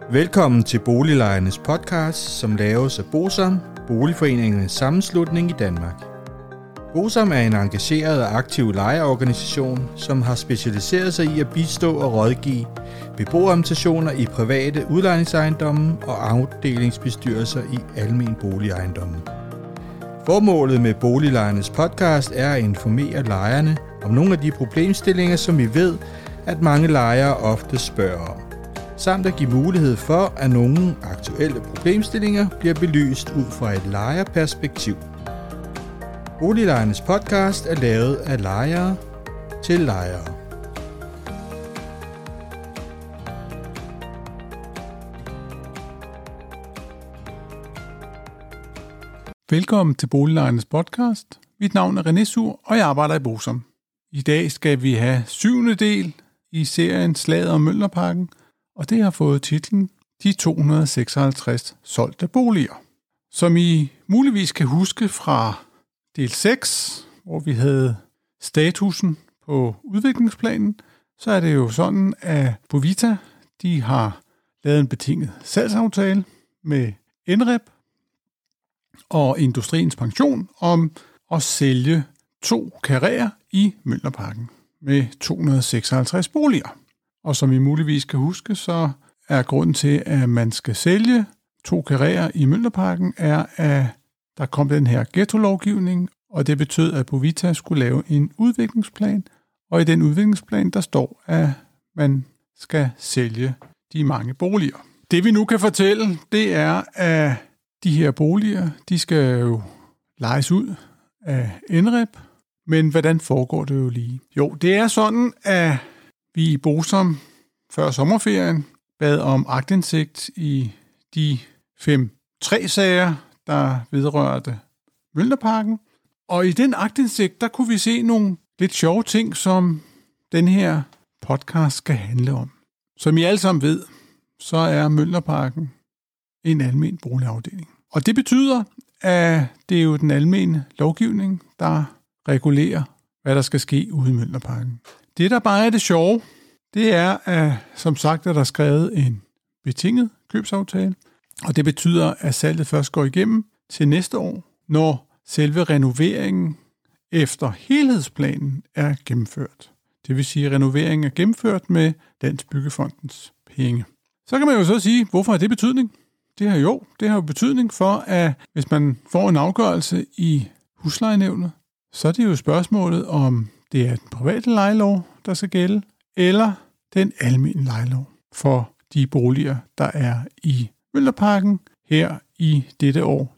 Velkommen til Boliglejernes podcast, som laves af BOSAM, Boligforeningernes Sammenslutning i Danmark. BOSAM er en engageret og aktiv lejerorganisation, som har specialiseret sig i at bistå og rådgive beboerrepræsentationer i private udlejningsejendomme og afdelingsbestyrelser i almen boligejendomme. Formålet med Boliglejernes podcast er at informere lejerne om nogle af de problemstillinger, som vi ved, at mange lejere ofte spørger om, samt at give mulighed for, at nogle aktuelle problemstillinger bliver belyst ud fra et lejerperspektiv. Boliglejernes podcast er lavet af lejere til lejere. Velkommen til Boliglejernes podcast. Mit navn er René Sur, og jeg arbejder i BOSAM. I dag skal vi have 7. del i serien Slaget om Mjølnerparken, og det har fået titlen De 256 solgte boliger. Som I muligvis kan huske fra del 6, hvor vi havde statusen på udviklingsplanen, så er det jo sådan, at Bovita de har lavet en betinget salgsaftale med NREP og Industriens Pension om at sælge 2 karréer i Mjølnerparken med 256 boliger. Og som I muligvis kan huske, så er grunden til, at man skal sælge 2 karréer i Mjølnerparken, er, at der kom den her ghetto-lovgivning, og det betød, at Bovita skulle lave en udviklingsplan, og i den udviklingsplan, der står, at man skal sælge de mange boliger. Det vi nu kan fortælle, det er, at de her boliger, de skal jo lejes ud af NREP, men hvordan foregår det jo lige? Jo, det er sådan, at vi i BOSAM før sommerferien bad om aktindsigt i de 5-3 sager, der vedrørte Mjølnerparken. Og i den aktindsigt, der kunne vi se nogle lidt sjove ting, som den her podcast skal handle om. Som I alle sammen ved, så er Mjølnerparken en almen boligafdeling. Og det betyder, at det er jo den almene lovgivning, der regulerer, hvad der skal ske ude i Mjølnerparken. Det, der bare er det sjove, det er, at som sagt er der skrevet en betinget købsaftale, og det betyder, at salget først går igennem til næste år, når selve renoveringen efter helhedsplanen er gennemført. Det vil sige, at renoveringen er gennemført med Dansk Byggefondens penge. Så kan man jo så sige, hvorfor har det betydning? Det har jo betydning for, at hvis man får en afgørelse i huslejenævnet, så er det jo spørgsmålet, om det er den private lejelov, der skal gælde, eller den almene lejelov for de boliger, der er i Mjølnerparken her i dette år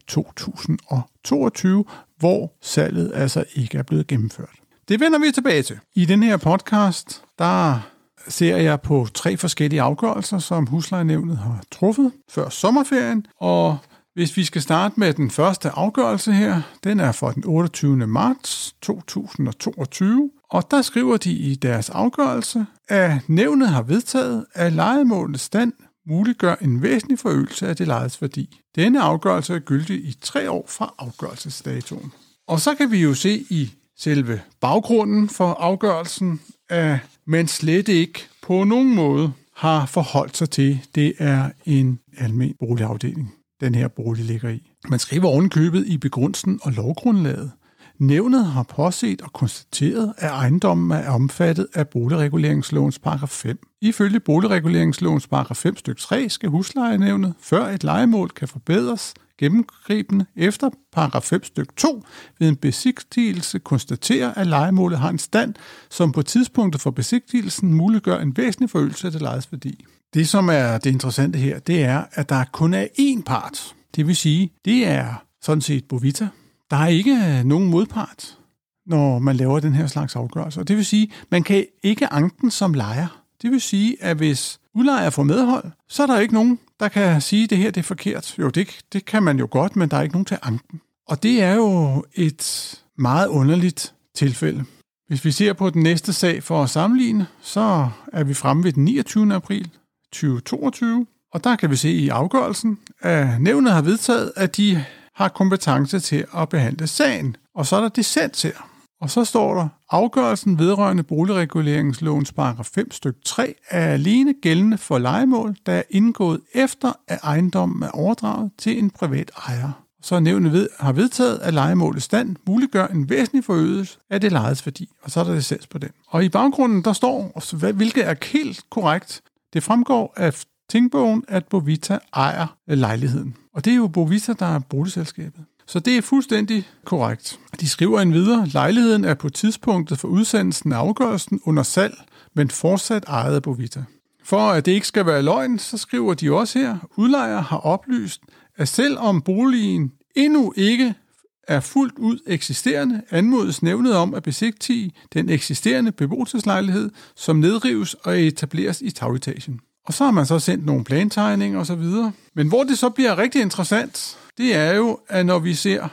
2022, hvor salget altså ikke er blevet gennemført. Det vender vi tilbage til. I den her podcast, der ser jeg på 3 forskellige afgørelser, som huslejenævnet har truffet før sommerferien, og hvis vi skal starte med den første afgørelse her, den er for den 28. marts 2022, og der skriver de i deres afgørelse, at nævnet har vedtaget, at lejemålets stand muliggør en væsentlig forøgelse af det lejedes værdi. Denne afgørelse er gyldig i 3 år fra afgørelsesdatoen. Og så kan vi jo se i selve baggrunden for afgørelsen, at man slet ikke på nogen måde har forholdt sig til, det er en almen boligafdeling, den her bolig ligger i. Man skriver ovenikøbet i begrundelsen og lovgrundlaget. Nævnet har påset og konstateret, at ejendommen er omfattet af boligreguleringslovens paragraf 5. Ifølge boligreguleringslovens paragraf 5 stykke 3 skal huslejenævnet, før et lejemål kan forbedres gennemgribende efter paragraf 5 stykke 2, ved en besigtigelse konstatere, at lejemålet har en stand, som på tidspunktet for besigtigelsen muliggør en væsentlig forøgelse af det lejedes værdi. Det, som er det interessante her, det er, at der kun er én part. Det vil sige, det er sådan set Bovita. Der er ikke nogen modpart, når man laver den her slags afgørelser. Det vil sige, man kan ikke anke den som lejer. Det vil sige, at hvis udlejer får medhold, så er der ikke nogen, der kan sige, at det her det er forkert. Jo, det kan man jo godt, men der er ikke nogen til at anke den. Og det er jo et meget underligt tilfælde. Hvis vi ser på den næste sag for at sammenligne, så er vi fremme ved den 29. april 2022. Og der kan vi se i afgørelsen, at nævnet har vedtaget, at de har kompetence til at behandle sagen. Og så er der dissens her. Og så står der, Afgørelsen vedrørende boligreguleringslovens paragraf 5 stykke 3 er alene gældende for lejemål, der er indgået efter, at ejendommen er overdraget til en privat ejer. Så nævnet har vedtaget, at lejemålets stand muliggør en væsentlig forøgelse af det lejedes værdi, og så er der licens på den. Og i baggrunden, der står, hvilket er helt korrekt, det fremgår af tingbogen, at Bovita ejer lejligheden. Og det er jo Bovita, der er boligselskabet. Så det er fuldstændig korrekt. De skriver endvidere, at lejligheden er på tidspunktet for udsendelsen af afgørelsen under salg, men fortsat ejet af Bovita. For at det ikke skal være løgn, så skriver de også her, udlejer har oplyst, at selvom boligen endnu ikke er fuldt ud eksisterende, anmodes nævnet om at besigtige den eksisterende beboelseslejlighed, som nedrives og etableres i tagetagen. Og så har man så sendt nogle plantegninger osv. Men hvor det så bliver rigtig interessant, det er jo, at når vi ser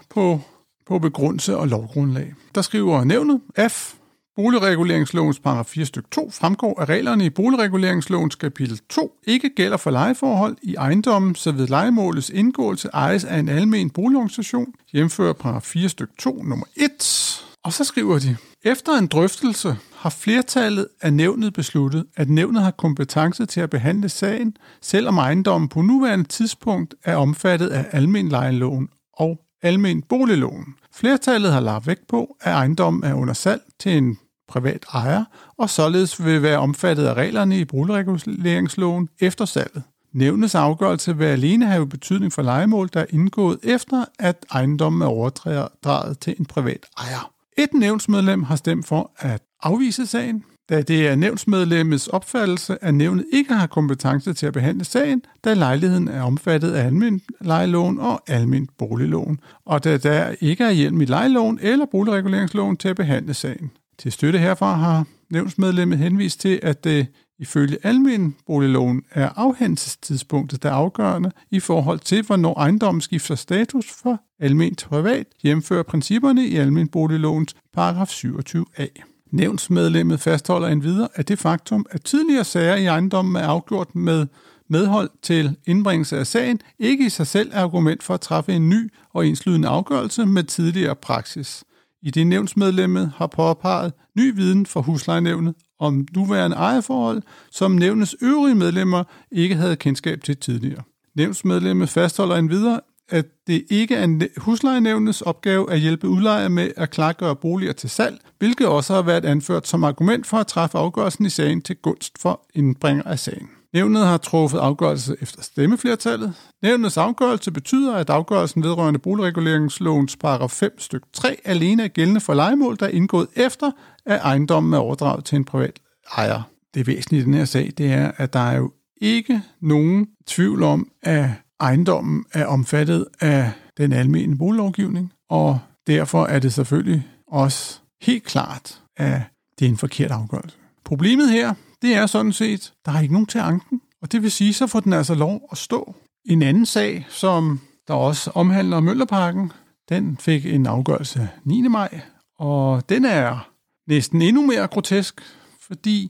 på begrundelse og lovgrundlag. Der skriver nævnet, F. Boligreguleringslovens paragraf 4 stykke 2 fremgår, at reglerne i boligreguleringslovens kapitel 2 ikke gælder for lejeforhold i ejendommen, så ved lejemålets indgåelse ejes af en almen boligorganisation, jævnfører paragraf 4 stykke 2 nummer 1. Og så skriver de, efter en drøftelse har flertallet af nævnet besluttet, at nævnet har kompetence til at behandle sagen, selvom ejendommen på nuværende tidspunkt er omfattet af almen lejeloven og almen boligloven. Flertallet har lagt vægt på, at ejendommen er under salg til en privat ejer, og således vil være omfattet af reglerne i boligreguleringsloven efter salget. Nævnets afgørelse vil alene have betydning for lejemål, der er indgået efter, at ejendommen er overdraget til en privat ejer. Et nævnsmedlem har stemt for at afvise sagen, da det er nævnsmedlemmets opfattelse, at nævnet ikke har kompetence til at behandle sagen, da lejligheden er omfattet af almen lejeloven og almen boligloven, og da der ikke er hjælp i lejeloven eller boligreguleringsloven til at behandle sagen. Til støtte herfra har nævnsmedlemmet henvist til, at det ifølge almen boligloven er afhændelsestidspunktet, der er afgørende i forhold til, hvornår ejendommen skifter status for alment privat, jævnfører principperne i almen boliglovens paragraf 27a. Nævnsmedlemmet fastholder endvidere, at det faktum, at tidligere sager i ejendommen er afgjort med medhold til indbringelse af sagen, ikke i sig selv er argument for at træffe en ny og enslydende afgørelse med tidligere praksis. I det nævnsmedlemmet har påpeget ny viden fra huslejenævnet om nuværende ejerforhold, som nævnets øvrige medlemmer ikke havde kendskab til tidligere. Nævnsmedlemmet fastholder endvidere, at det ikke er huslejenævnets opgave at hjælpe udlejere med at klargøre boliger til salg, hvilket også har været anført som argument for at træffe afgørelsen i sagen til gunst for indbringer af sagen. Nævnet har truffet afgørelse efter stemmeflertallet. Nævnets afgørelse betyder, at afgørelsen vedrørende boligreguleringslovens paragraf 5 stykke 3 alene er gældende for lejemål, der er indgået efter, at ejendommen er overdraget til en privat ejer. Det væsentlige i den her sag, det er, at der er jo ikke nogen tvivl om, at ejendommen er omfattet af den almene boliglovgivning, og derfor er det selvfølgelig også helt klart, at det er en forkert afgørelse. Problemet her, det er sådan set, der er ikke nogen til anken, og det vil sige, så får den altså lov at stå. En anden sag, som der også omhandler Møllerparken, den fik en afgørelse 9. maj, og den er næsten endnu mere grotesk, fordi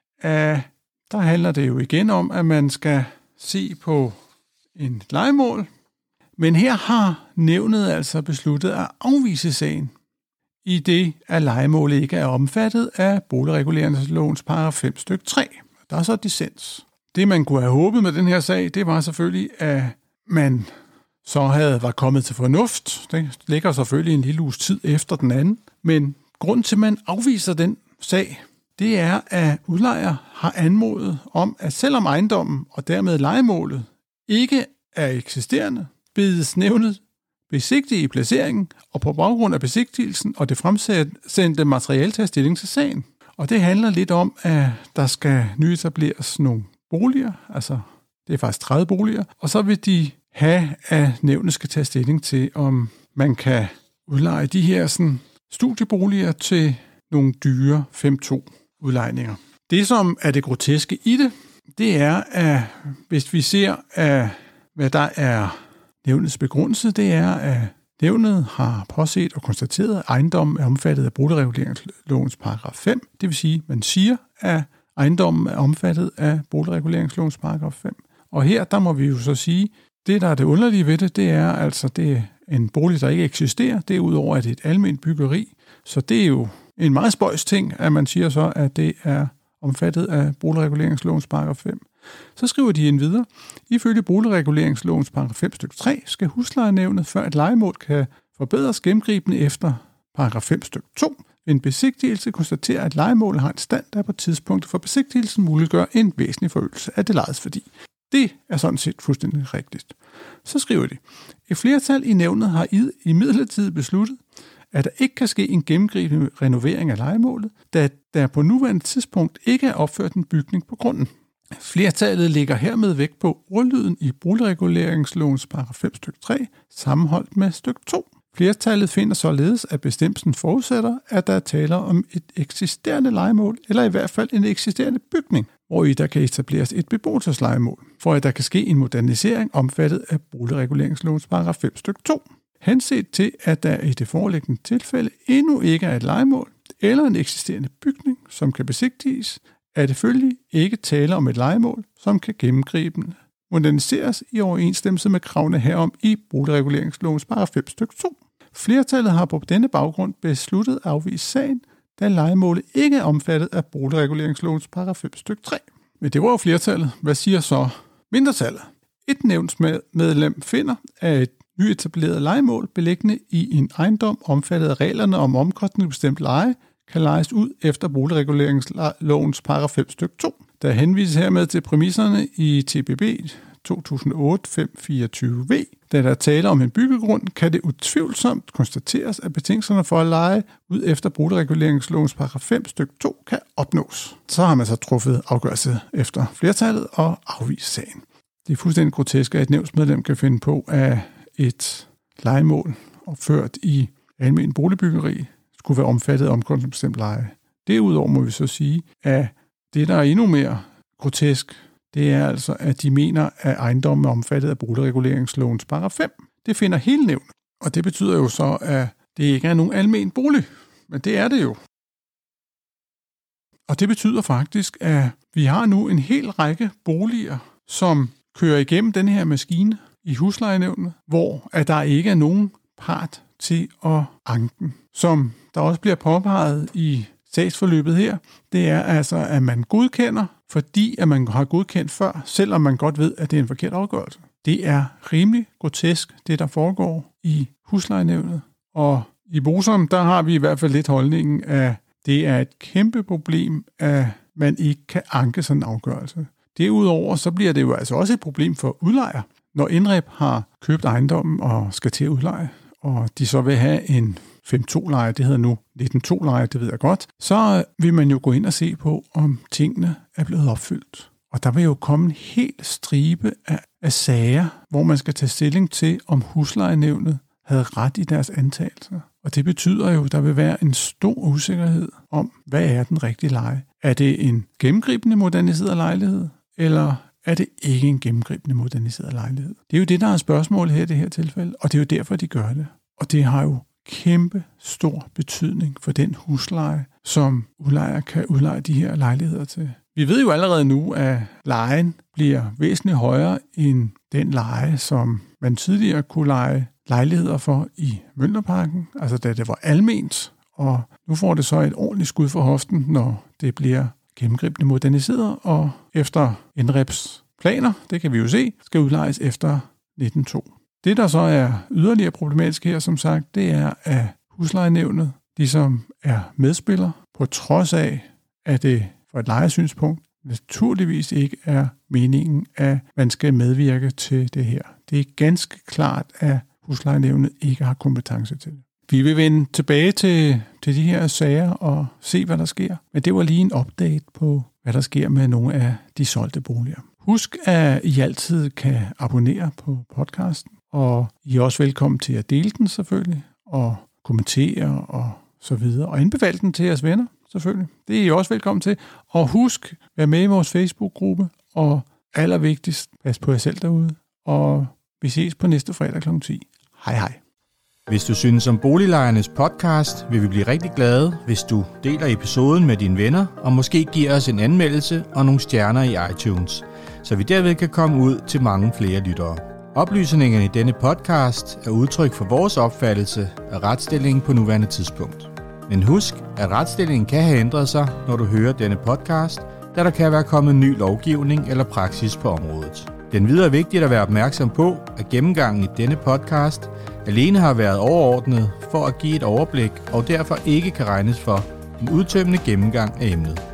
der handler det jo igen om, at man skal se på en lejemål, men her har nævnet altså besluttet at afvise sagen, i det at lejemålet ikke er omfattet af boligreguleringslovens paragraf 5 stykke 3. Der er så dissens. Det man kunne have håbet med den her sag, det var selvfølgelig, at man så var kommet til fornuft. Det ligger selvfølgelig en lille uges tid efter den anden, men grunden til, at man afviser den sag, det er, at udlejer har anmodet om, at selvom ejendommen og dermed lejemålet ikke er eksisterende, bedes nævnet besigtige i placeringen, og på baggrund af besigtigelsen og det fremsendte materiale til stilling til sagen. Og det handler lidt om, at der skal nyetableres nogle boliger, altså det er faktisk 30 boliger, og så vil de have, at nævnet skal tage stilling til, om man kan udleje de her sådan, studieboliger til nogle dyre 5-2 udlejninger. Det, som er det groteske i det, det er, at hvis vi ser, at hvad der er nævnets begrundelse, det er, at nævnet har påset og konstateret, at ejendommen er omfattet af boligreguleringslovens paragraf 5. Det vil sige, at man siger, at ejendommen er omfattet af boligreguleringslovens paragraf 5. Og her, der må vi jo så sige, det der er det underlige ved det, det er altså, det er en bolig, der ikke eksisterer. Det er udover, at det er et alment byggeri. Så det er jo en meget spøjs ting, at man siger så, at det er omfattet af boligreguleringslovens paragraf 5. Så skriver de videre, ifølge boligreguleringslovens paragraf 5 stykke 3 skal huslejenævnet, før et lejemål kan forbedres gennemgribende efter paragraf 5 stykke 2, ved en besigtigelse konstaterer, at lejemålet har en stand, der på tidspunktet for besigtigelsen muliggør en væsentlig forøgelse af det lejedes værdi. Det er sådan set fuldstændig rigtigt. Så skriver de, et flertal i nævnet har imidlertid besluttet, at der ikke kan ske en gennemgribende renovering af lejemålet, da der på nuværende tidspunkt ikke er opført en bygning på grunden. Flertallet lægger hermed vægt på ordlyden i boligreguleringslovens paragraf 5 stykke 3, sammenholdt med stykke 2. Flertallet finder således, at bestemmelsen forudsætter, at der er tale om et eksisterende lejemål, eller i hvert fald en eksisterende bygning, hvori der kan etableres et beboelseslejemål, for at der kan ske en modernisering omfattet af boligreguleringslovens paragraf 5 stykke 2. Henset til, at der i det foreliggende tilfælde endnu ikke er et lejemål eller en eksisterende bygning, som kan besigtiges, er det følgelig ikke tale om et lejemål, som kan gennemgribende moderniseres i overensstemmelse med kravene herom i boligreguleringslovens paragraf 5 stykke 2. Flertallet har på denne baggrund besluttet at afvise sagen, da lejemålet ikke er omfattet af boligreguleringslovens paragraf 5 stykke 3. Men det var jo flertallet. Hvad siger så mindretallet? Et nævnsmedlem finder, at et nyetableret lejemål beliggende i en ejendom omfattet af reglerne om omkostningsbestemt leje kan lejes ud efter boligreguleringslovens paragraf 5 stykke 2. Der henvises hermed til præmisserne i TBB 2008-524V. Da der taler om en byggegrund, kan det utvivlsomt konstateres, at betingelserne for at leje ud efter boligreguleringslovens paragraf 5 stykke 2 kan opnås. Så har man så truffet afgørelse efter flertallet og afvist sagen. Det er fuldstændig grotesk, at et nævnsmedlem kan finde på, at et lejemål opført i almen boligbyggeri skulle være omfattet af omkostningsbestemt leje. Derudover må vi så sige, at det, der er endnu mere grotesk, det er altså, at de mener, at ejendommen er omfattet af boligreguleringslovens paragraf 5. Det finder hele nævnet. Og det betyder jo så, at det ikke er nogen almen bolig. Men det er det jo. Og det betyder faktisk, at vi har nu en hel række boliger, som kører igennem den her maskine i huslejenævnet, hvor at der ikke er nogen part til at anke den. Som der også bliver påpeget i sagsforløbet her, det er altså, at man godkender, fordi at man har godkendt før, selvom man godt ved, at det er en forkert afgørelse. Det er rimelig grotesk, det der foregår i huslejenævnet. Og i Bosom, der har vi i hvert fald lidt holdningen, at det er et kæmpe problem, at man ikke kan anke sådan en afgørelse. Derudover så bliver det jo altså også et problem for udlejer, når Indrep har købt ejendommen og skal til at udleje, og de så vil have en 5-2-leje, det hedder nu 19-2-leje, det ved jeg godt, så vil man jo gå ind og se på, om tingene er blevet opfyldt. Og der vil jo komme en hel stribe af sager, hvor man skal tage stilling til, om huslejenævnet havde ret i deres antagelser. Og det betyder jo, at der vil være en stor usikkerhed om, hvad er den rigtige leje. Er det en gennemgribende moderniseret lejlighed, eller er det ikke en gennemgribende moderniseret lejlighed? Det er jo det, der er spørgsmålet her i det her tilfælde, og det er jo derfor, de gør det. Og det har jo kæmpe stor betydning for den husleje, som udlejer kan udleje de her lejligheder til. Vi ved jo allerede nu, at lejen bliver væsentligt højere end den leje, som man tidligere kunne leje lejligheder for i Mjølnerparken, altså da det var alment, og nu får det så et ordentligt skud for hoften, når det bliver gennemgribende moderniseret, og efter Indreps planer, det kan vi jo se, skal udlejes efter 19.2. Det, der så er yderligere problematisk her, som sagt, det er, at huslejenævnet, de som er medspiller, på trods af, at det fra et lejesynspunkt naturligvis ikke er meningen, at man skal medvirke til det her. Det er ganske klart, at huslejenævnet ikke har kompetence til det. Vi vil vende tilbage til de her sager og se, hvad der sker. Men det var lige en update på, hvad der sker med nogle af de solgte boliger. Husk, at I altid kan abonnere på podcasten, og I er også velkommen til at dele den selvfølgelig, og kommentere og så videre. Og anbefale den til jeres venner selvfølgelig. Det er I også velkommen til. Og husk, vær med i vores Facebook-gruppe, og allervigtigst, pas på jer selv derude. Og vi ses på næste fredag kl. 10. Hej hej. Hvis du synes om Boliglejernes podcast, vil vi blive rigtig glade, hvis du deler episoden med dine venner, og måske giver os en anmeldelse og nogle stjerner i iTunes, så vi derved kan komme ud til mange flere lyttere. Oplysningerne i denne podcast er udtryk for vores opfattelse af retsstillingen på nuværende tidspunkt. Men husk, at retsstillingen kan have ændret sig, når du hører denne podcast, da der kan være kommet ny lovgivning eller praksis på området. Det er videre vigtigt at være opmærksom på, at gennemgangen i denne podcast alene har været overordnet for at give et overblik og derfor ikke kan regnes for en udtømmende gennemgang af emnet.